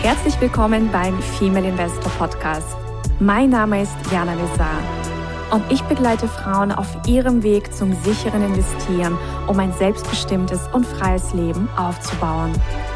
Herzlich willkommen beim Female Investor Podcast. Mein Name ist Jana Lezar und ich begleite Frauen auf ihrem Weg zum sicheren Investieren, um ein selbstbestimmtes und freies Leben aufzubauen.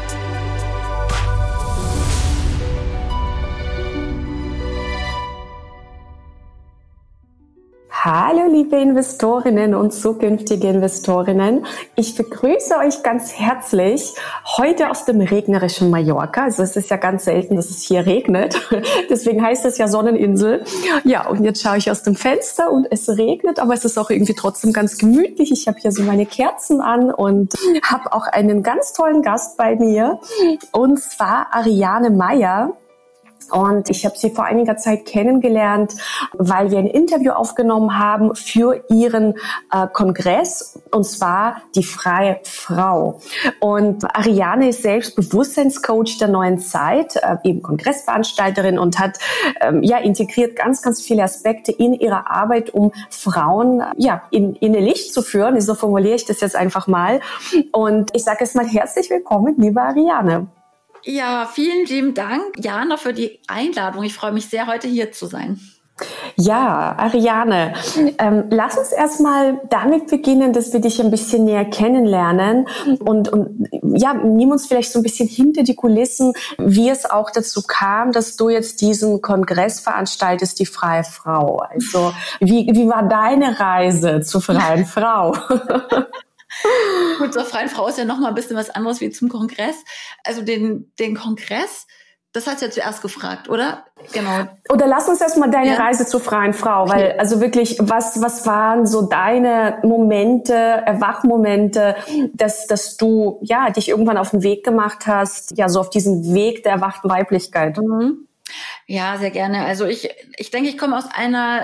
Hallo liebe Investorinnen und zukünftige Investorinnen, ich begrüße euch ganz herzlich heute aus dem regnerischen Mallorca. Also es ist ja ganz selten, dass es hier regnet, deswegen heißt es ja Sonneninsel. Ja, und jetzt schaue ich aus dem Fenster und es regnet, aber es ist auch irgendwie trotzdem ganz gemütlich. Ich habe hier so meine Kerzen an und habe auch einen ganz tollen Gast bei mir, und zwar Ariane Meyer. Und ich habe sie vor einiger Zeit kennengelernt, weil wir ein Interview aufgenommen haben für ihren Kongress, und zwar die Freie Frau. Und Ariane ist selbst Bewusstseinscoach der neuen Zeit, eben Kongressveranstalterin, und hat integriert ganz, ganz viele Aspekte in ihrer Arbeit, um Frauen in ihr Licht zu führen. So formuliere ich das jetzt einfach mal. Und ich sage jetzt mal herzlich willkommen, liebe Ariane. Ja, vielen lieben Dank, Jana, für die Einladung. Ich freue mich sehr, heute hier zu sein. Ja, Ariane, lass uns erstmal damit beginnen, dass wir dich ein bisschen näher kennenlernen und nimm uns vielleicht so ein bisschen hinter die Kulissen, wie es auch dazu kam, dass du jetzt diesen Kongress veranstaltest, die Freie Frau. Also, wie war deine Reise zur Freien Frau? Gut, zur Freien Frau ist ja nochmal ein bisschen was anderes wie zum Kongress. Also den Kongress, das hast du ja zuerst gefragt, oder? Genau. Oder lass uns erstmal deine Reise zur Freien Frau, weil also wirklich, was waren so deine Momente, Erwachmomente, dass du dich irgendwann auf den Weg gemacht hast, so auf diesen Weg der erwachten Weiblichkeit? Mhm. Ja, sehr gerne. Also ich denke, ich komme aus einer,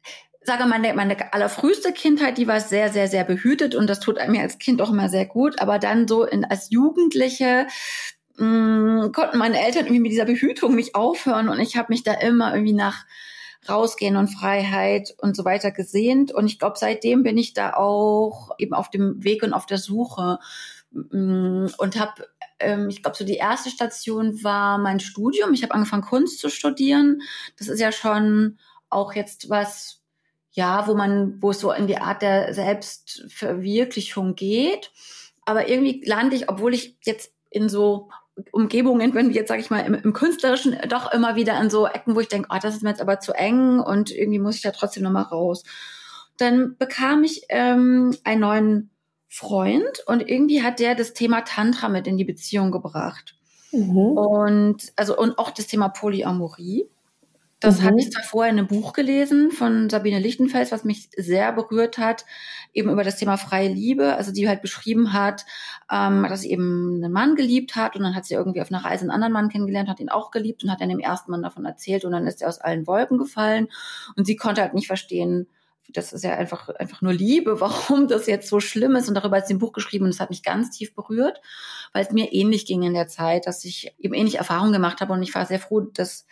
meine allerfrüheste Kindheit, die war sehr, sehr, sehr behütet, und das tut mir als Kind auch immer sehr gut. Aber dann so als Jugendliche konnten meine Eltern irgendwie mit dieser Behütung nicht aufhören, und ich habe mich da immer irgendwie nach Rausgehen und Freiheit und so weiter gesehnt. Und ich glaube, seitdem bin ich da auch eben auf dem Weg und auf der Suche, und habe ich glaube, so die erste Station war mein Studium. Ich habe angefangen, Kunst zu studieren. Das ist ja schon auch jetzt was, wo es so in die Art der Selbstverwirklichung geht. Aber irgendwie lande ich, obwohl ich jetzt in so Umgebungen bin, jetzt sage ich mal im Künstlerischen, doch immer wieder an so Ecken, wo ich denke, das ist mir jetzt aber zu eng, und irgendwie muss ich da trotzdem nochmal raus. Dann bekam ich einen neuen Freund, und irgendwie hat der das Thema Tantra mit in die Beziehung gebracht. Mhm. Und auch das Thema Polyamorie. Das hatte ich vorher in einem Buch gelesen von Sabine Lichtenfels, was mich sehr berührt hat, eben über das Thema freie Liebe, also die halt beschrieben hat, dass sie eben einen Mann geliebt hat, und dann hat sie irgendwie auf einer Reise einen anderen Mann kennengelernt, hat ihn auch geliebt und hat dann dem ersten Mann davon erzählt, und dann ist er aus allen Wolken gefallen, und sie konnte halt nicht verstehen, das ist ja einfach nur Liebe, warum das jetzt so schlimm ist, und darüber hat sie ein Buch geschrieben, und das hat mich ganz tief berührt, weil es mir ähnlich ging in der Zeit, dass ich eben ähnliche Erfahrungen gemacht habe, und ich war sehr froh, dass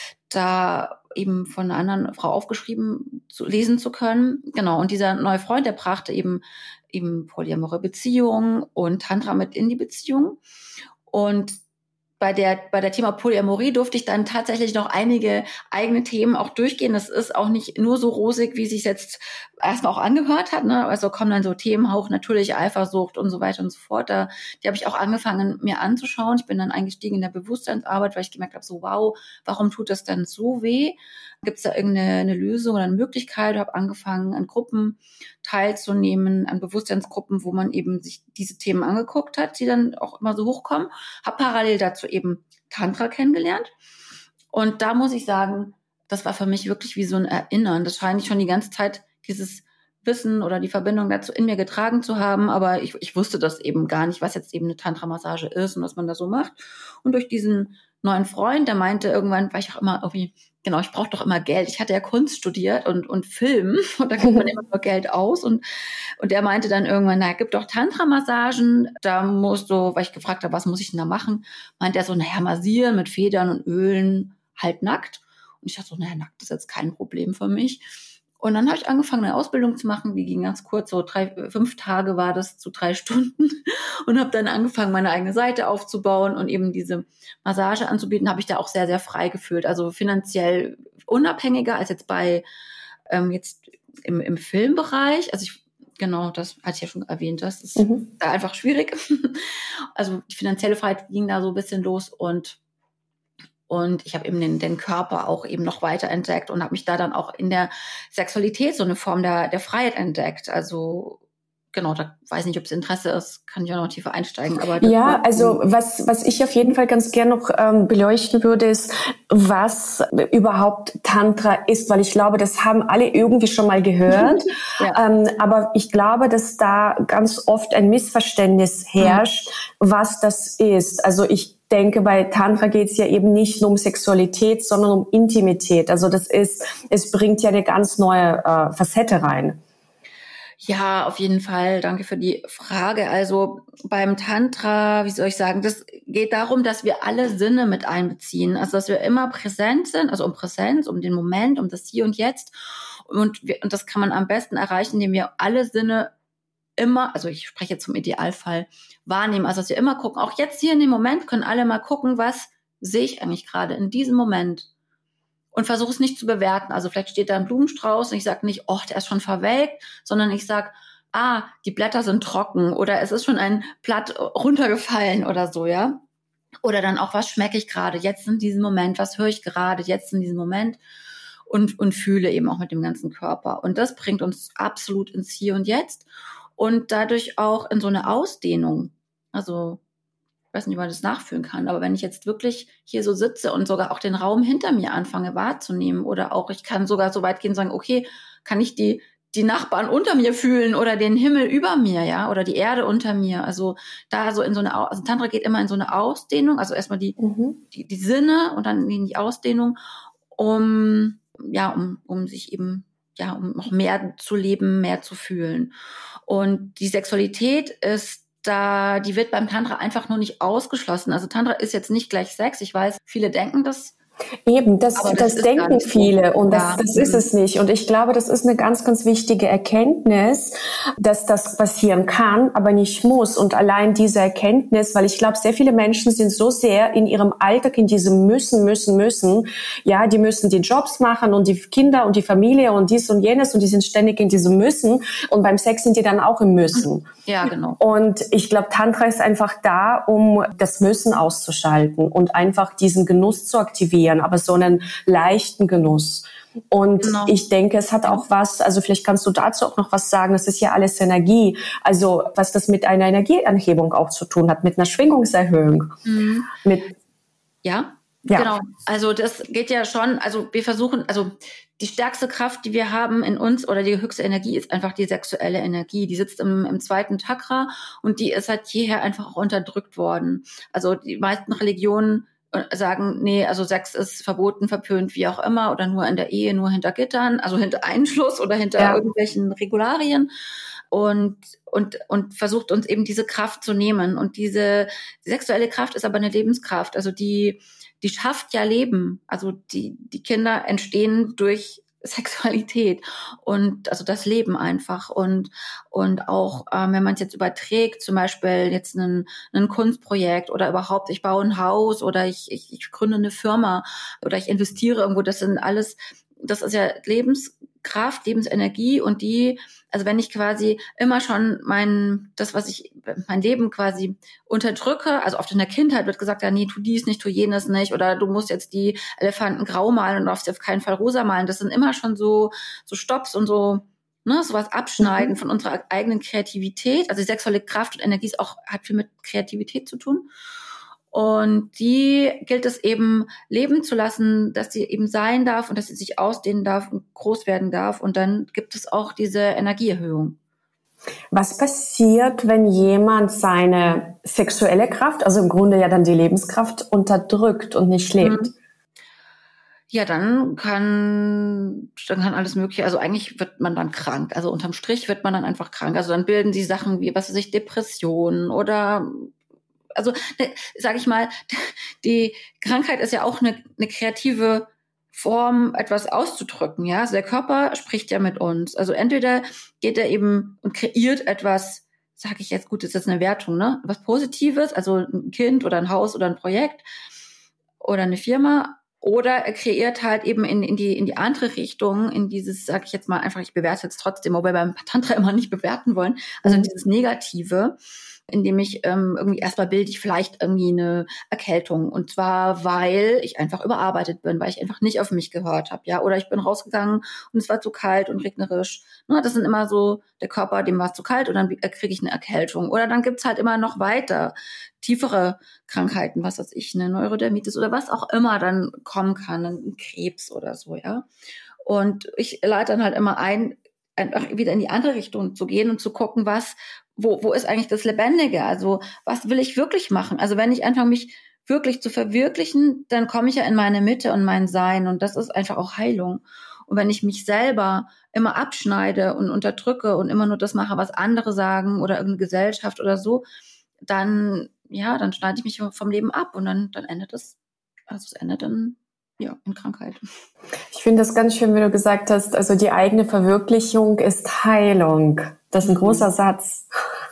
da eben von einer anderen Frau aufgeschrieben lesen zu können. Genau, und dieser neue Freund, der brachte eben polyamore Beziehungen und Tantra mit in die Beziehung. Und bei der Thema Polyamorie durfte ich dann tatsächlich noch einige eigene Themen auch durchgehen. Das ist auch nicht nur so rosig, wie es sich jetzt erstmal auch angehört hat, ne? Also kommen dann so Themen hoch, natürliche Eifersucht und so weiter und so fort. Die habe ich auch angefangen, mir anzuschauen. Ich bin dann eingestiegen in der Bewusstseinsarbeit, weil ich gemerkt habe, so wow, warum tut das denn so weh? Gibt es da irgendeine Lösung oder eine Möglichkeit? Ich habe angefangen, an Gruppen teilzunehmen, an Bewusstseinsgruppen, wo man eben sich diese Themen angeguckt hat, die dann auch immer so hochkommen. Habe parallel dazu eben Tantra kennengelernt. Und da muss ich sagen, das war für mich wirklich wie so ein Erinnern. Das scheine ich schon die ganze Zeit, dieses Wissen oder die Verbindung dazu in mir getragen zu haben. Aber ich wusste das eben gar nicht, was jetzt eben eine Tantra-Massage ist und was man da so macht. Und durch diesen neuen Freund, der meinte irgendwann, war ich auch immer irgendwie, genau, ich brauche doch immer Geld. Ich hatte ja Kunst studiert und Film, und da gibt man immer nur Geld aus, und der meinte dann irgendwann, gibt doch Tantra-Massagen, da musst du, weil ich gefragt habe, was muss ich denn da machen, meinte er so, massieren mit Federn und Ölen, halt nackt. Und ich dachte so, nackt ist jetzt kein Problem für mich. Und dann habe ich angefangen, eine Ausbildung zu machen. Die ging ganz kurz, so 5 Tage war das zu 3 Stunden. Und habe dann angefangen, meine eigene Seite aufzubauen und eben diese Massage anzubieten. Habe ich da auch sehr, sehr frei gefühlt. Also finanziell unabhängiger als jetzt jetzt im Filmbereich. Also genau, das hatte ich ja schon erwähnt. Das ist da einfach schwierig. Also die finanzielle Freiheit ging da so ein bisschen los und ich habe eben den Körper auch eben noch weiter entdeckt und habe mich da dann auch in der Sexualität so eine Form der Freiheit entdeckt. Also genau, da weiß nicht, ob es Interesse ist, kann ich auch noch tiefer einsteigen. Aber ja, also was ich auf jeden Fall ganz gern noch beleuchten würde, ist, was überhaupt Tantra ist, weil ich glaube, das haben alle irgendwie schon mal gehört. Ja. Aber ich glaube, dass da ganz oft ein Missverständnis herrscht, was das ist. Also ich denke, bei Tantra geht es ja eben nicht nur um Sexualität, sondern um Intimität. Also es bringt ja eine ganz neue Facette rein. Ja, auf jeden Fall. Danke für die Frage. Also beim Tantra, wie soll ich sagen, das geht darum, dass wir alle Sinne mit einbeziehen. Also dass wir immer präsent sind, also um Präsenz, um den Moment, um das Hier und Jetzt. Und das kann man am besten erreichen, indem wir alle Sinne immer, also ich spreche jetzt vom Idealfall, wahrnehmen. Also dass wir immer gucken, auch jetzt hier in dem Moment können alle mal gucken, was sehe ich eigentlich gerade in diesem Moment. Und versuche es nicht zu bewerten. Also vielleicht steht da ein Blumenstrauß und ich sage nicht, oh, der ist schon verwelkt, sondern ich sage, die Blätter sind trocken oder es ist schon ein Blatt runtergefallen oder so, ja. Oder dann auch, was schmecke ich gerade jetzt in diesem Moment, was höre ich gerade jetzt in diesem Moment und fühle eben auch mit dem ganzen Körper. Und das bringt uns absolut ins Hier und Jetzt und dadurch auch in so eine Ausdehnung. Also ich weiß nicht, ob man das nachfühlen kann, aber wenn ich jetzt wirklich hier so sitze und sogar auch den Raum hinter mir anfange wahrzunehmen oder auch ich kann sogar so weit gehen und sagen, okay, kann ich die Nachbarn unter mir fühlen oder den Himmel über mir, ja, oder die Erde unter mir. Also da so in so eine, also Tantra geht immer in so eine Ausdehnung, also erstmal die Sinne und dann in die Ausdehnung, um sich eben, um noch mehr zu leben, mehr zu fühlen. Und die Sexualität die wird beim Tantra einfach nur nicht ausgeschlossen. Also Tantra ist jetzt nicht gleich Sex. Ich weiß, viele denken das. Eben, das denken viele und das ist es nicht. Und ich glaube, das ist eine ganz, ganz wichtige Erkenntnis, dass das passieren kann, aber nicht muss. Und allein diese Erkenntnis, weil ich glaube, sehr viele Menschen sind so sehr in ihrem Alltag in diesem müssen. Ja, die müssen die Jobs machen und die Kinder und die Familie und dies und jenes und die sind ständig in diesem müssen. Und beim Sex sind die dann auch im Müssen. Ja, genau. Und ich glaube, Tantra ist einfach da, um das Müssen auszuschalten und einfach diesen Genuss zu aktivieren, aber so einen leichten Genuss. Und ich denke, es hat auch was, also vielleicht kannst du dazu auch noch was sagen, das ist ja alles Energie, also was das mit einer Energieanhebung auch zu tun hat, mit einer Schwingungserhöhung. Ja, genau. Also das geht ja schon, also wir versuchen, also die stärkste Kraft, die wir haben in uns oder die höchste Energie ist einfach die sexuelle Energie. Die sitzt im 2. Chakra und die ist seit jeher einfach auch unterdrückt worden. Also die meisten Religionen sagen, nee, also Sex ist verboten, verpönt, wie auch immer, oder nur in der Ehe, nur hinter Gittern, also hinter Einschluss oder hinter irgendwelchen Regularien und versucht uns eben diese Kraft zu nehmen. Und die sexuelle Kraft ist aber eine Lebenskraft, also die schafft ja Leben. Also die Kinder entstehen durch Sexualität und also das Leben einfach und auch wenn man es jetzt überträgt, zum Beispiel jetzt ein Kunstprojekt oder überhaupt ich baue ein Haus oder ich gründe eine Firma oder ich investiere irgendwo, das ist ja Lebenskraft, Lebensenergie und also wenn ich quasi immer schon mein Leben quasi unterdrücke, also oft in der Kindheit wird gesagt, ja, nee, tu dies nicht, tu jenes nicht, oder du musst jetzt die Elefanten grau malen und darfst auf keinen Fall rosa malen. Das sind immer schon so Stopps und so, sowas abschneiden von unserer eigenen Kreativität. Also die sexuelle Kraft und Energie hat viel mit Kreativität zu tun. Und die gilt es eben leben zu lassen, dass sie eben sein darf und dass sie sich ausdehnen darf und groß werden darf. Und dann gibt es auch diese Energieerhöhung. Was passiert, wenn jemand seine sexuelle Kraft, also im Grunde ja dann die Lebenskraft, unterdrückt und nicht lebt? Ja, dann kann alles Mögliche, also eigentlich wird man dann krank. Also unterm Strich wird man dann einfach krank. Also dann bilden die Sachen wie, Depressionen oder also, sage ich mal, die Krankheit ist ja auch eine kreative Form etwas auszudrücken, ja. Also der Körper spricht ja mit uns. Also entweder geht er eben und kreiert etwas, sage ich jetzt, gut, ist jetzt eine Wertung, ne? Was Positives, also ein Kind oder ein Haus oder ein Projekt oder eine Firma, oder er kreiert halt eben in die andere Richtung, in dieses, sag ich jetzt mal einfach, ich bewerte jetzt trotzdem, wobei wir beim Tantra immer nicht bewerten wollen, also in dieses Negative, indem ich irgendwie erstmal bilde ich vielleicht irgendwie eine Erkältung. Und zwar, weil ich einfach überarbeitet bin, weil ich einfach nicht auf mich gehört habe, ja. Oder ich bin rausgegangen und es war zu kalt und regnerisch. Ne, das sind immer so, der Körper, dem war es zu kalt und dann kriege ich eine Erkältung. Oder dann gibt's halt immer noch weiter tiefere Krankheiten, was weiß ich, eine Neurodermitis oder was auch immer dann kommen kann, ein Krebs oder so, ja. Und ich leite dann halt immer ein, einfach wieder in die andere Richtung zu gehen und zu gucken, wo ist eigentlich das Lebendige? Also was will ich wirklich machen? Also wenn ich anfange, mich wirklich zu verwirklichen, dann komme ich ja in meine Mitte und mein Sein und das ist einfach auch Heilung. Und wenn ich mich selber immer abschneide und unterdrücke und immer nur das mache, was andere sagen oder irgendeine Gesellschaft oder so, dann schneide ich mich vom Leben ab und dann endet es endet dann ja in Krankheit. Ich finde das ganz schön, wie du gesagt hast, also die eigene Verwirklichung ist Heilung. Das ist ein großer Satz.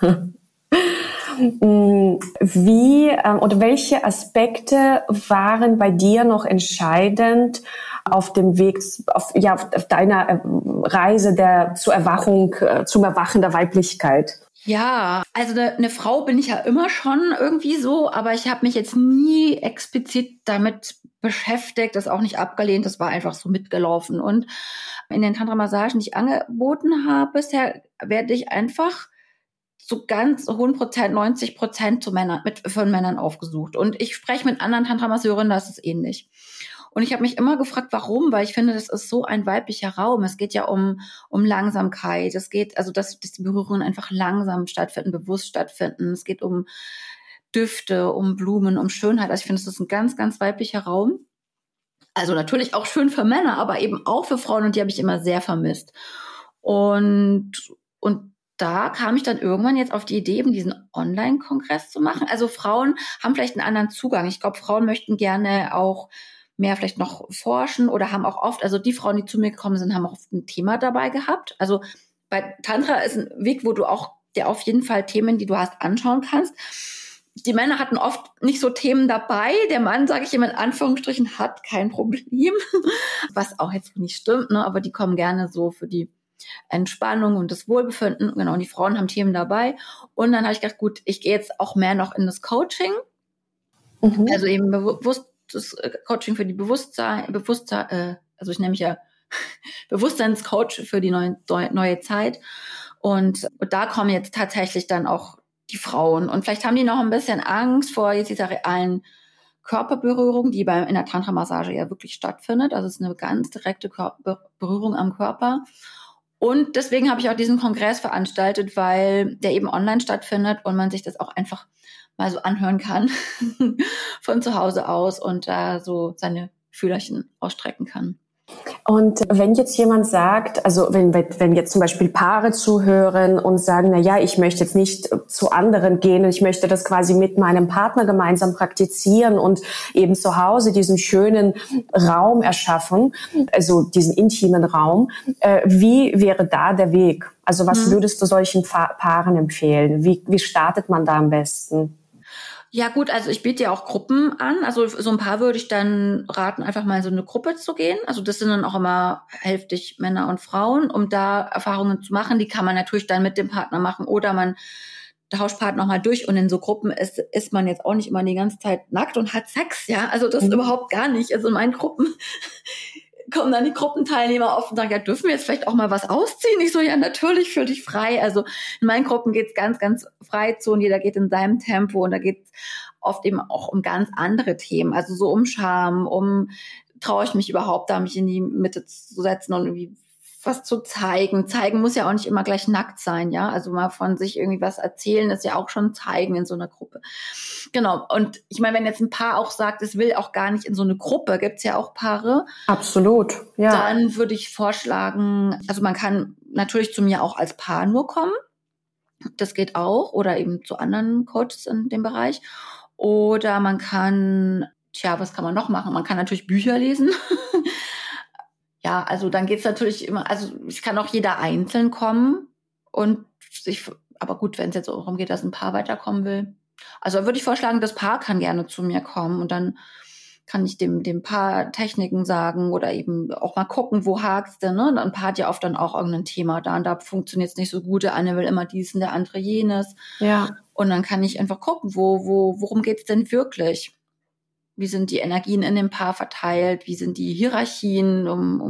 Wie oder welche Aspekte waren bei dir noch entscheidend auf dem Weg, auf deiner Reise zum Erwachen der Weiblichkeit? Ja, also eine Frau bin ich ja immer schon irgendwie so, aber ich habe mich jetzt nie explizit damit beschäftigt, das auch nicht abgelehnt, das war einfach so mitgelaufen. Und in den Tantra-Massagen, die ich angeboten habe bisher, werde ich einfach so ganz 100%, 90% von Männern aufgesucht. Und ich spreche mit anderen Tantra-Masseurinnen, das ist ähnlich. Und ich habe mich immer gefragt, warum, weil ich finde, das ist so ein weiblicher Raum. Es geht ja um Langsamkeit. Es geht, also dass die Berührungen einfach langsam stattfinden, bewusst stattfinden. Es geht um Düfte, um Blumen, um Schönheit. Also ich finde, es ist ein ganz, ganz weiblicher Raum. Also natürlich auch schön für Männer, aber eben auch für Frauen und die habe ich immer sehr vermisst. Und da kam ich dann irgendwann jetzt auf die Idee, eben diesen Online-Kongress zu machen. Also Frauen haben vielleicht einen anderen Zugang. Ich glaube, Frauen möchten gerne auch mehr vielleicht noch forschen oder haben auch oft, also die Frauen, die zu mir gekommen sind, haben auch oft ein Thema dabei gehabt. Also bei Tantra ist ein Weg, wo du auch dir auf jeden Fall Themen, die du hast, anschauen kannst. Die Männer hatten oft nicht so Themen dabei. Der Mann, sage ich immer in Anführungsstrichen, hat kein Problem. Was auch jetzt nicht stimmt, ne? Aber die kommen gerne so für die Entspannung und das Wohlbefinden. Genau, und die Frauen haben Themen dabei. Und dann habe ich gedacht, gut, ich gehe jetzt auch mehr noch in das Coaching. Mhm. Also eben bewusstes Coaching für die also ich nenne mich ja Bewusstseinscoach für die neue Zeit. Und da kommen jetzt tatsächlich dann auch die Frauen. Und vielleicht haben die noch ein bisschen Angst vor jetzt dieser realen Körperberührung, die in der Tantra-Massage ja wirklich stattfindet. Also es ist eine ganz direkte Berührung am Körper. Und deswegen habe ich auch diesen Kongress veranstaltet, weil der eben online stattfindet und man sich das auch einfach mal so anhören kann von zu Hause aus und da so seine Fühlerchen ausstrecken kann. Und wenn jetzt jemand sagt, also wenn jetzt zum Beispiel Paare zuhören und sagen, na ja, ich möchte jetzt nicht zu anderen gehen, ich möchte das quasi mit meinem Partner gemeinsam praktizieren und eben zu Hause diesen schönen Raum erschaffen, also diesen intimen Raum, wie wäre da der Weg? Also was würdest du solchen Paaren empfehlen? Wie startet man da am besten? Ja gut, also ich biete ja auch Gruppen an. Also so ein paar würde ich dann raten, einfach mal in so eine Gruppe zu gehen. Also das sind dann auch immer hälftig Männer und Frauen, um da Erfahrungen zu machen. Die kann man natürlich dann mit dem Partner machen oder man tauscht Partner nochmal durch. Und in so Gruppen ist man jetzt auch nicht immer die ganze Zeit nackt und hat Sex, ja. Also das überhaupt gar nicht. Also in meinen Gruppen kommen dann die Gruppenteilnehmer auf und sagen, ja, dürfen wir jetzt vielleicht auch mal was ausziehen? Ich so, ja, natürlich, fühl dich frei. Also in meinen Gruppen geht's ganz, ganz frei zu und jeder geht in seinem Tempo und da geht's oft eben auch um ganz andere Themen. Also so um Scham, traue ich mich überhaupt, da mich in die Mitte zu setzen und irgendwie was zu zeigen. Zeigen muss ja auch nicht immer gleich nackt sein, ja. Also mal von sich irgendwie was erzählen ist ja auch schon zeigen in so einer Gruppe. Genau. Und ich meine, wenn jetzt ein Paar auch sagt, es will auch gar nicht in so eine Gruppe, gibt's ja auch Paare. Absolut, ja. Dann würde ich vorschlagen, also man kann natürlich zu mir auch als Paar nur kommen. Das geht auch. Oder eben zu anderen Coaches in dem Bereich. Oder man kann, was kann man noch machen? Man kann natürlich Bücher lesen. Ja, also dann geht's natürlich immer, also es kann auch jeder einzeln kommen und aber gut, wenn es jetzt darum geht, dass ein Paar weiterkommen will. Also würde ich vorschlagen, das Paar kann gerne zu mir kommen und dann kann ich dem Paar Techniken sagen oder eben auch mal gucken, wo hakt's denn, ne? Ein Paar hat ja oft dann auch irgendein Thema da und da funktioniert's nicht so gut. Der eine will immer dies und der andere jenes. Ja. Und dann kann ich einfach gucken, worum geht's denn wirklich? Wie sind die Energien in dem Paar verteilt? Wie sind die Hierarchien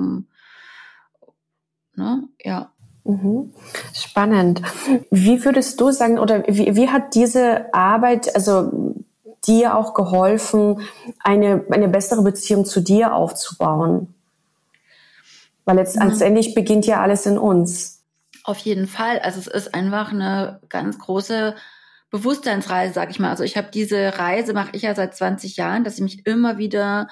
ne? Ja. Spannend. Wie würdest du sagen, oder wie hat diese Arbeit, also dir auch geholfen, eine bessere Beziehung zu dir aufzubauen? Weil letztendlich beginnt ja alles in uns. Auf jeden Fall. Also es ist einfach eine ganz große Bewusstseinsreise, sag ich mal. Also ich habe diese Reise, mache ich ja seit 20 Jahren, dass ich mich immer wieder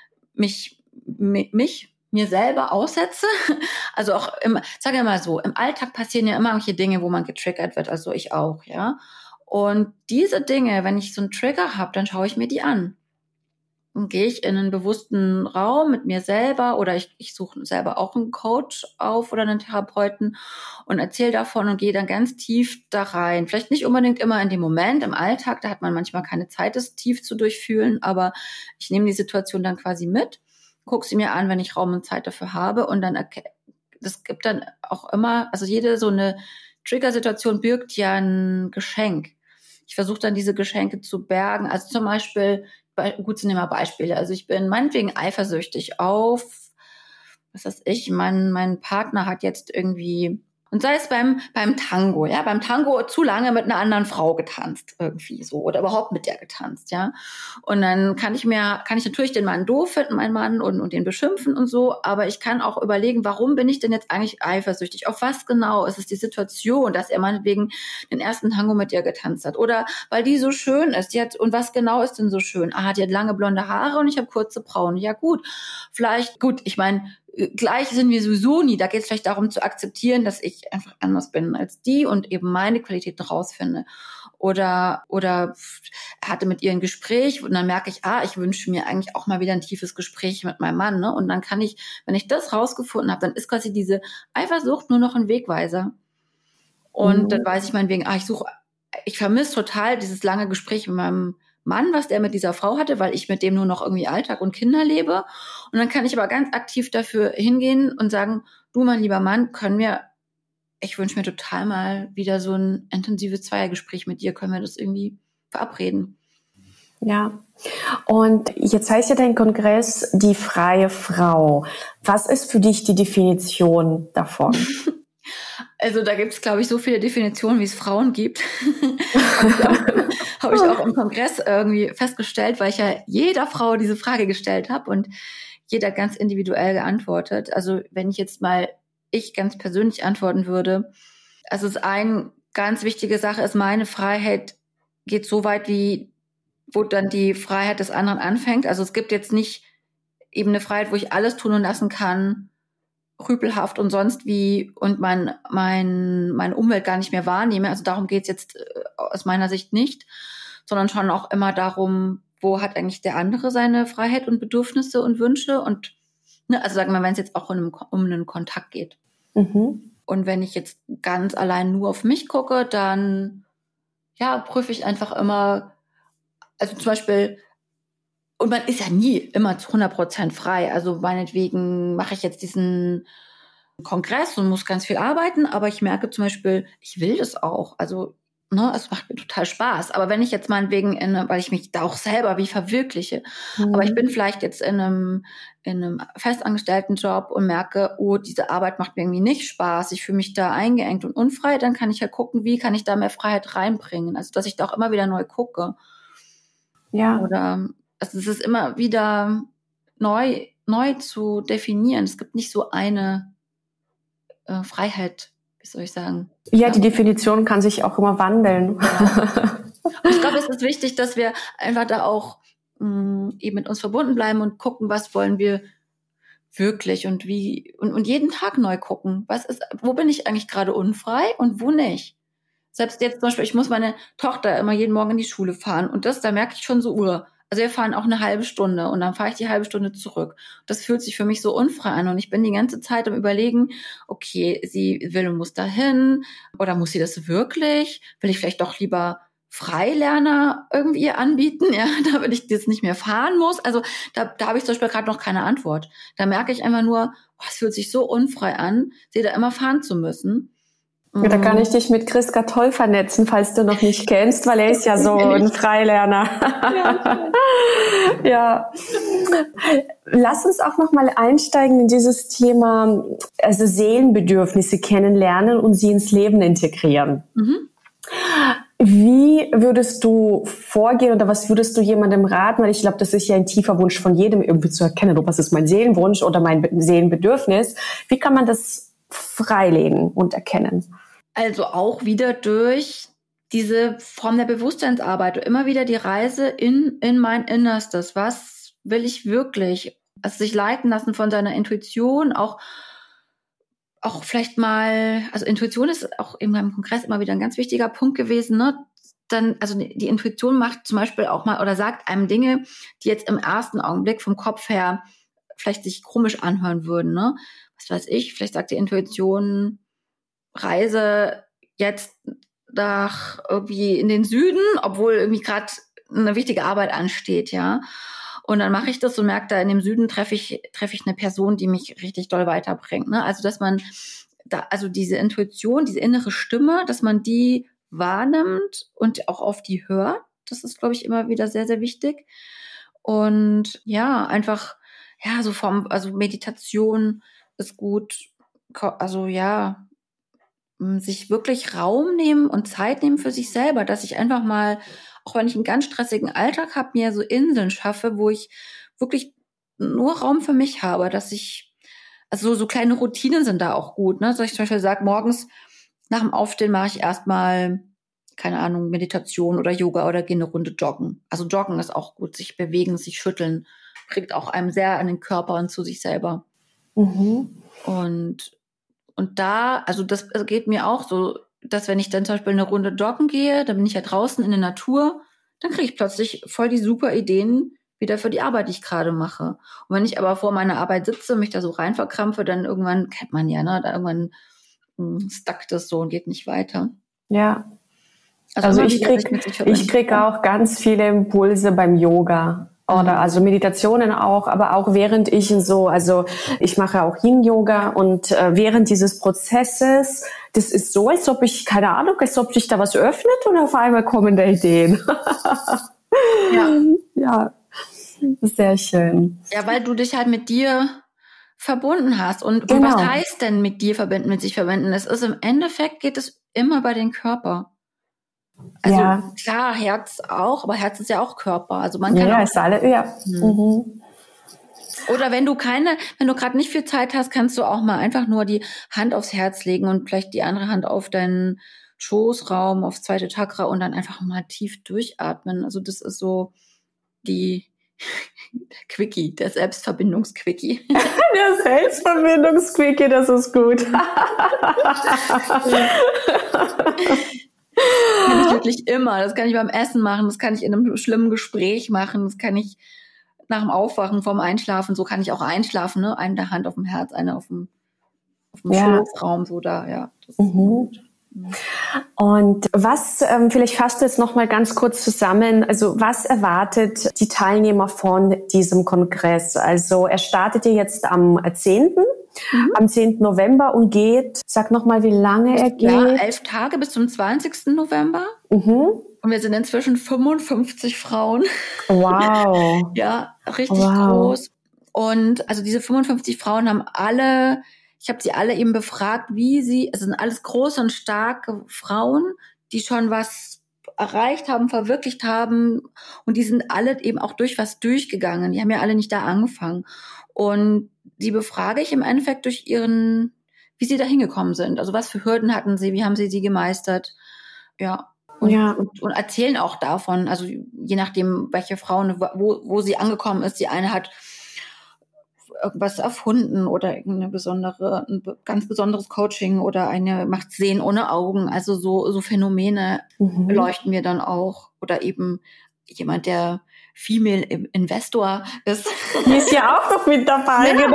mir selber aussetze. Also auch sag ich mal so, im Alltag passieren ja immer irgendwelche Dinge, wo man getriggert wird, also ich auch, ja. Und diese Dinge, wenn ich so einen Trigger habe, dann schaue ich mir die an. Und gehe ich in einen bewussten Raum mit mir selber oder ich suche selber auch einen Coach auf oder einen Therapeuten und erzähle davon und gehe dann ganz tief da rein. Vielleicht nicht unbedingt immer in dem Moment, im Alltag, da hat man manchmal keine Zeit, das tief zu durchfühlen, aber ich nehme die Situation dann quasi mit, gucke sie mir an, wenn ich Raum und Zeit dafür habe und dann das gibt dann auch immer, also jede so eine Trigger-Situation birgt ja ein Geschenk. Ich versuche dann diese Geschenke zu bergen, also zum Beispiel gut, sind immer Beispiele. Also ich bin meinetwegen eifersüchtig auf, was weiß ich, mein Partner hat jetzt irgendwie, und sei es beim Tango, ja, beim Tango zu lange mit einer anderen Frau getanzt, irgendwie so, oder überhaupt mit der getanzt, ja. Und dann kann ich natürlich den Mann doof finden, meinen Mann, und den beschimpfen und so, aber ich kann auch überlegen, warum bin ich denn jetzt eigentlich eifersüchtig? Auf was genau? Ist es die Situation, dass er meinetwegen den ersten Tango mit ihr getanzt hat? Oder weil die so schön ist, und was genau ist denn so schön? Ah, die hat lange blonde Haare und ich habe kurze braune. Ja gut, ich meine, gleich sind wir sowieso nie. Da geht es vielleicht darum zu akzeptieren, dass ich einfach anders bin als die und eben meine Qualitäten rausfinde. Oder hatte mit ihr ein Gespräch und dann merke ich, ich wünsche mir eigentlich auch mal wieder ein tiefes Gespräch mit meinem Mann. Ne? Und dann kann ich, wenn ich das rausgefunden habe, dann ist quasi diese Eifersucht nur noch ein Wegweiser. Und dann weiß ich meinetwegen, ich vermisse total dieses lange Gespräch mit meinem Mann, was der mit dieser Frau hatte, weil ich mit dem nur noch irgendwie Alltag und Kinder lebe. Und dann kann ich aber ganz aktiv dafür hingehen und sagen, du, mein lieber Mann, ich wünsche mir total mal wieder so ein intensives Zweiergespräch mit dir. Können wir das irgendwie verabreden? Ja. Und jetzt heißt ja dein Kongress die freie Frau. Was ist für dich die Definition davon? Also da gibt es, glaube ich, so viele Definitionen, wie es Frauen gibt. Habe ich auch im Kongress irgendwie festgestellt, weil ich ja jeder Frau diese Frage gestellt habe und jeder ganz individuell geantwortet. Also wenn ich ganz persönlich antworten würde, also es ist eine ganz wichtige Sache ist, meine Freiheit geht so weit, wo dann die Freiheit des anderen anfängt. Also es gibt jetzt nicht eben eine Freiheit, wo ich alles tun und lassen kann, rüpelhaft und sonst wie und meine Umwelt gar nicht mehr wahrnehme. Also darum geht's jetzt aus meiner Sicht nicht, sondern schon auch immer darum, wo hat eigentlich der andere seine Freiheit und Bedürfnisse und Wünsche und also sagen wir, wenn es jetzt auch um einen Kontakt geht. Und wenn ich jetzt ganz allein nur auf mich gucke, dann prüfe ich einfach immer, also zum Beispiel, und man ist ja nie immer zu 100% frei. Also meinetwegen mache ich jetzt diesen Kongress und muss ganz viel arbeiten, aber ich merke zum Beispiel, ich will das auch. Also, es macht mir total Spaß. Aber wenn ich jetzt meinetwegen weil ich mich da auch selber wie verwirkliche, aber ich bin vielleicht jetzt in einem festangestellten Job und merke, diese Arbeit macht mir irgendwie nicht Spaß, ich fühle mich da eingeengt und unfrei, dann kann ich ja gucken, wie kann ich da mehr Freiheit reinbringen. Also, dass ich da auch immer wieder neu gucke. Ja. Oder, also es ist immer wieder neu zu definieren. Es gibt nicht so eine Freiheit, wie soll ich sagen? Ja, die Definition kann sich auch immer wandeln. Ja. Und ich glaube, es ist wichtig, dass wir einfach da auch eben mit uns verbunden bleiben und gucken, was wollen wir wirklich und wie und jeden Tag neu gucken. Wo bin ich eigentlich gerade unfrei und wo nicht? Selbst jetzt zum Beispiel, ich muss meine Tochter immer jeden Morgen in die Schule fahren und da merke ich schon so, also Also wir fahren auch eine halbe Stunde und dann fahre ich die halbe Stunde zurück. Das fühlt sich für mich so unfrei an und ich bin die ganze Zeit am Überlegen, okay, sie will und muss dahin oder muss sie das wirklich? Will ich vielleicht doch lieber Freilerner irgendwie anbieten, ja, damit ich das nicht mehr fahren muss? Also da habe ich zum Beispiel gerade noch keine Antwort. Da merke ich einfach nur, es fühlt sich so unfrei an, sie da immer fahren zu müssen. Ja, da kann ich dich mit Chris Gatoll vernetzen, falls du noch nicht kennst, weil er ist ja so ein Freilerner. Ja. Lass uns auch noch mal einsteigen in dieses Thema, also Seelenbedürfnisse kennenlernen und sie ins Leben integrieren. Mhm. Wie würdest du vorgehen oder was würdest du jemandem raten? Weil ich glaube, das ist ja ein tiefer Wunsch von jedem irgendwie zu erkennen, ob was ist mein Seelenwunsch oder mein Seelenbedürfnis. Wie kann man das freilegen und erkennen? Also auch wieder durch diese Form der Bewusstseinsarbeit, immer wieder die Reise in mein Innerstes. Was will ich wirklich? Also sich leiten lassen von seiner Intuition, auch vielleicht mal, also Intuition ist auch in meinem Kongress immer wieder ein ganz wichtiger Punkt gewesen, ne? Dann, also die Intuition macht zum Beispiel auch mal oder sagt einem Dinge, die jetzt im ersten Augenblick vom Kopf her vielleicht sich komisch anhören würden, ne? Was weiß ich, vielleicht sagt die Intuition, Reise jetzt nach irgendwie in den Süden, obwohl irgendwie gerade eine wichtige Arbeit ansteht, ja. Und dann mache ich das und merke, da in dem Süden treffe ich eine Person, die mich richtig doll weiterbringt, ne? Also, dass man da, also diese Intuition, diese innere Stimme, dass man die wahrnimmt und auch auf die hört. Das ist, glaube ich, immer wieder sehr, sehr wichtig. Und ja, einfach, ja, also Meditation ist gut. Also ja, sich wirklich Raum nehmen und Zeit nehmen für sich selber, dass ich einfach mal, auch wenn ich einen ganz stressigen Alltag habe, mir so Inseln schaffe, wo ich wirklich nur Raum für mich habe, dass ich, also so kleine Routinen sind da auch gut, ne? Dass ich zum Beispiel sage, morgens nach dem Aufstehen mache ich erstmal, keine Ahnung, Meditation oder Yoga oder gehe eine Runde joggen. Also joggen ist auch gut, sich bewegen, sich schütteln, bringt auch einem sehr an den Körper und zu sich selber. Mhm. Und da, also das geht mir auch so, dass wenn ich dann zum Beispiel eine Runde joggen gehe, dann bin ich ja draußen in der Natur, dann kriege ich plötzlich voll die super Ideen wieder für die Arbeit, die ich gerade mache. Und wenn ich aber vor meiner Arbeit sitze und mich da so rein verkrampfe, dann irgendwann, kennt man ja, ne, da irgendwann stackt das so und geht nicht weiter. Ja. Also ich krieg auch ganz viele Impulse beim Yoga. Oder also Meditationen auch, aber auch während ich ich mache auch Yin-Yoga und während dieses Prozesses, das ist so, als ob ich, keine Ahnung, als ob sich da was öffnet und auf einmal kommen da Ideen. Ja, sehr schön. Ja, weil du dich halt mit dir verbunden hast. Und was heißt denn mit dir verbinden, mit sich verbinden? Es ist im Endeffekt, geht es immer bei den Körper. Also klar, Herz auch, aber Herz ist ja auch Körper. Also man kann ist alle, ja. Mhm. Oder wenn du gerade nicht viel Zeit hast, kannst du auch mal einfach nur die Hand aufs Herz legen und vielleicht die andere Hand auf deinen Schoßraum, aufs zweite Chakra und dann einfach mal tief durchatmen. Also das ist so die Quickie, der Selbstverbindungsquickie. Der Selbstverbindungsquickie, das ist gut. Das kann ich wirklich immer. Das kann ich beim Essen machen, das kann ich in einem schlimmen Gespräch machen, das kann ich nach dem Aufwachen, vorm Einschlafen, so kann ich auch einschlafen, ne? Eine der Hand auf dem Herz, eine auf dem Schoßraum, so da, ja. Das ist gut. Und was, vielleicht fasst du jetzt noch mal ganz kurz zusammen, also was erwartet die Teilnehmer von diesem Kongress? Also er startet ja jetzt am 10. Am 10. November und geht, sag noch mal, wie lange er geht. Ja, 11 Tage bis zum 20. November. Und wir sind inzwischen 55 Frauen. Wow. Ja, richtig groß. Und also diese 55 Frauen haben alle, ich habe sie alle eben befragt, es sind alles große und starke Frauen, die schon was erreicht haben, verwirklicht haben. Und die sind alle eben auch durch was durchgegangen. Die haben ja alle nicht da angefangen. Und die befrage ich im Endeffekt durch wie sie da hingekommen sind. Also was für Hürden hatten sie, wie haben sie gemeistert? Ja. Und erzählen auch davon, also je nachdem, welche Frauen, wo sie angekommen ist. Die eine hat irgendwas erfunden oder ein ganz besonderes Coaching oder eine macht Sehen ohne Augen. Also so Phänomene beleuchten wir dann auch. Oder eben jemand, der Female Investor ist. Die ist ja auch noch mit dabei, ja.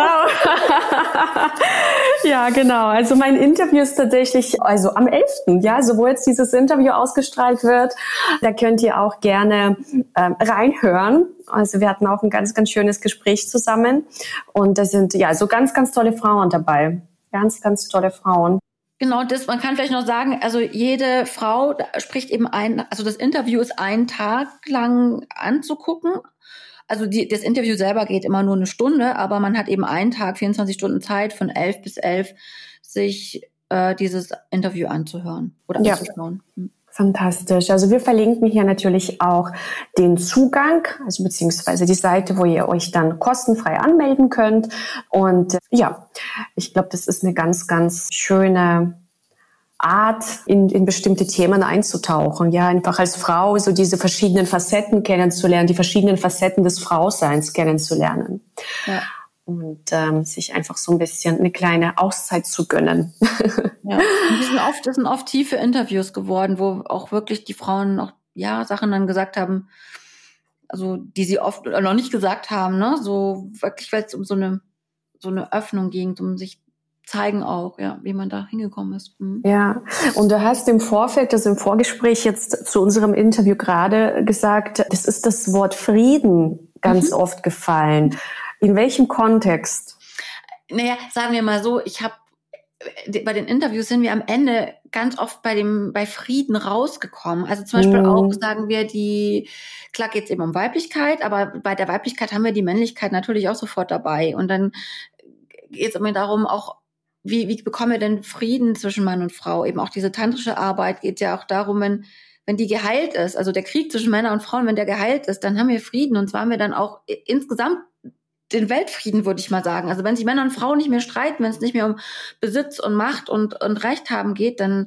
Genau. Ja, genau. Also mein Interview ist tatsächlich also am 11. Ja, also wo jetzt dieses Interview ausgestrahlt wird, da könnt ihr auch gerne reinhören. Also wir hatten auch ein ganz, ganz schönes Gespräch zusammen und da sind ja so ganz, ganz tolle Frauen dabei. Ganz, ganz tolle Frauen. Genau, man kann vielleicht noch sagen, also jede Frau spricht eben also das Interview ist einen Tag lang anzugucken. Also das Interview selber geht immer nur eine Stunde, aber man hat eben einen Tag, 24 Stunden Zeit von 11 bis 11, sich dieses Interview anzuhören oder anzuschauen. Ja. Fantastisch. Also wir verlinken hier natürlich auch den Zugang, also beziehungsweise die Seite, wo ihr euch dann kostenfrei anmelden könnt. Und ja, ich glaube, das ist eine ganz, ganz schöne Art, in bestimmte Themen einzutauchen. Ja, einfach als Frau so diese verschiedenen Facetten kennenzulernen, die verschiedenen Facetten des Frauseins kennenzulernen. Ja. Und sich einfach so ein bisschen eine kleine Auszeit zu gönnen. Ja, und das sind oft tiefe Interviews geworden, wo auch wirklich die Frauen noch Sachen dann gesagt haben, also die sie oft noch nicht gesagt haben, ne? So wirklich, weil es um so eine Öffnung ging, um sich zeigen auch, wie man da hingekommen ist. Mhm. Ja, und du hast im Vorfeld, also im Vorgespräch jetzt zu unserem Interview gerade gesagt, das ist das Wort Frieden ganz oft gefallen. In welchem Kontext? Naja, sagen wir mal so, bei den Interviews sind wir am Ende ganz oft bei Frieden rausgekommen. Also zum Beispiel auch, sagen wir, klar geht es eben um Weiblichkeit, aber bei der Weiblichkeit haben wir die Männlichkeit natürlich auch sofort dabei. Und dann geht es immer darum, auch, wie bekommen wir denn Frieden zwischen Mann und Frau? Eben auch diese tantrische Arbeit geht ja auch darum, wenn die geheilt ist, also der Krieg zwischen Männern und Frauen, wenn der geheilt ist, dann haben wir Frieden. Und zwar haben wir dann auch insgesamt den Weltfrieden, würde ich mal sagen. Also wenn sich Männer und Frauen nicht mehr streiten, wenn es nicht mehr um Besitz und Macht und Recht haben geht, dann,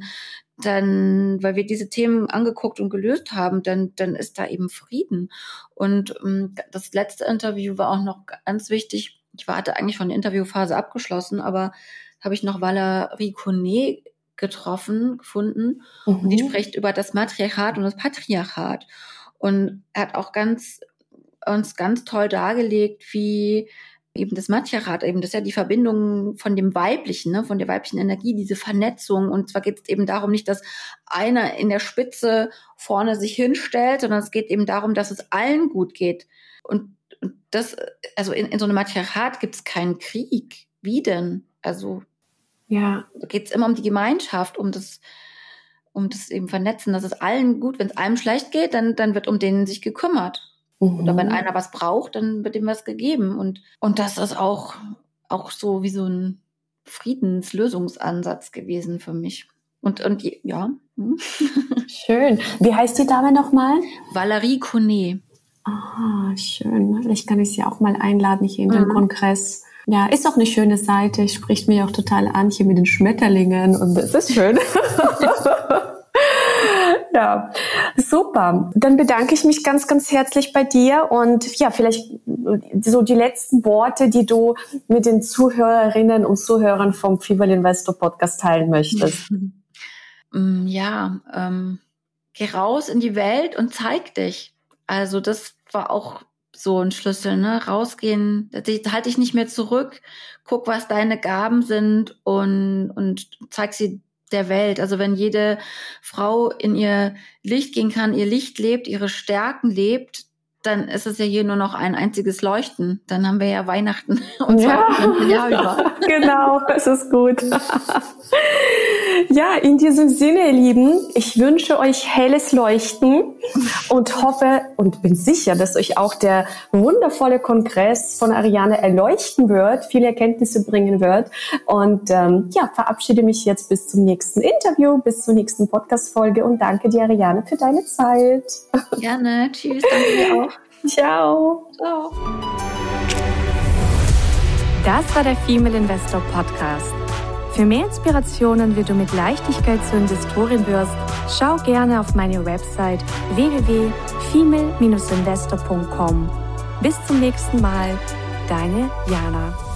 weil wir diese Themen angeguckt und gelöst haben, dann ist da eben Frieden. Und das letzte Interview war auch noch ganz wichtig. Ich hatte eigentlich schon die Interviewphase abgeschlossen, aber habe ich noch Valerie Koné gefunden. Und die spricht über das Matriarchat und das Patriarchat. Und er hat auch uns ganz toll dargelegt, wie eben das Matriarchat, eben das ist ja die Verbindung von dem Weiblichen, ne, von der weiblichen Energie, diese Vernetzung. Und zwar geht es eben darum, nicht, dass einer in der Spitze vorne sich hinstellt, sondern es geht eben darum, dass es allen gut geht. Und das, also in so einem Matriarchat gibt es keinen Krieg. Wie denn? Also da geht es immer um die Gemeinschaft, um das eben Vernetzen, dass es allen gut, wenn es einem schlecht geht, dann wird um den sich gekümmert. Oder wenn einer was braucht, dann wird ihm was gegeben. Und das ist auch so wie so ein Friedenslösungsansatz gewesen für mich. Und ja. Schön. Wie heißt die Dame nochmal? Valerie Koné. Ah, schön. Vielleicht kann ich sie auch mal einladen hier in den Kongress. Ja, ist auch eine schöne Seite. Spricht mich auch total an hier mit den Schmetterlingen und es ist schön. Ja, super. Dann bedanke ich mich ganz, ganz herzlich bei dir und ja, vielleicht so die letzten Worte, die du mit den Zuhörerinnen und Zuhörern vom Female Investor Podcast teilen möchtest. Ja, geh raus in die Welt und zeig dich. Also das war auch so ein Schlüssel, ne? Rausgehen, halt dich nicht mehr zurück, guck, was deine Gaben sind und zeig sie der Welt. Also wenn jede Frau in ihr Licht gehen kann, ihr Licht lebt, ihre Stärken lebt, dann ist es ja hier nur noch ein einziges Leuchten. Dann haben wir ja Weihnachten und zwar ein Jahr über. Genau, das ist gut. Ja, in diesem Sinne, ihr Lieben, ich wünsche euch helles Leuchten und hoffe und bin sicher, dass euch auch der wundervolle Kongress von Ariane erleuchten wird, viele Erkenntnisse bringen wird. Und verabschiede mich jetzt bis zum nächsten Interview, bis zur nächsten Podcast-Folge und danke dir, Ariane, für deine Zeit. Gerne. Tschüss. Danke dir auch. Ciao. Ciao. Das war der Female Investor Podcast. Für mehr Inspirationen, wie du mit Leichtigkeit zur Investorin wirst, schau gerne auf meine Website www.female-investor.com. Bis zum nächsten Mal, deine Jana.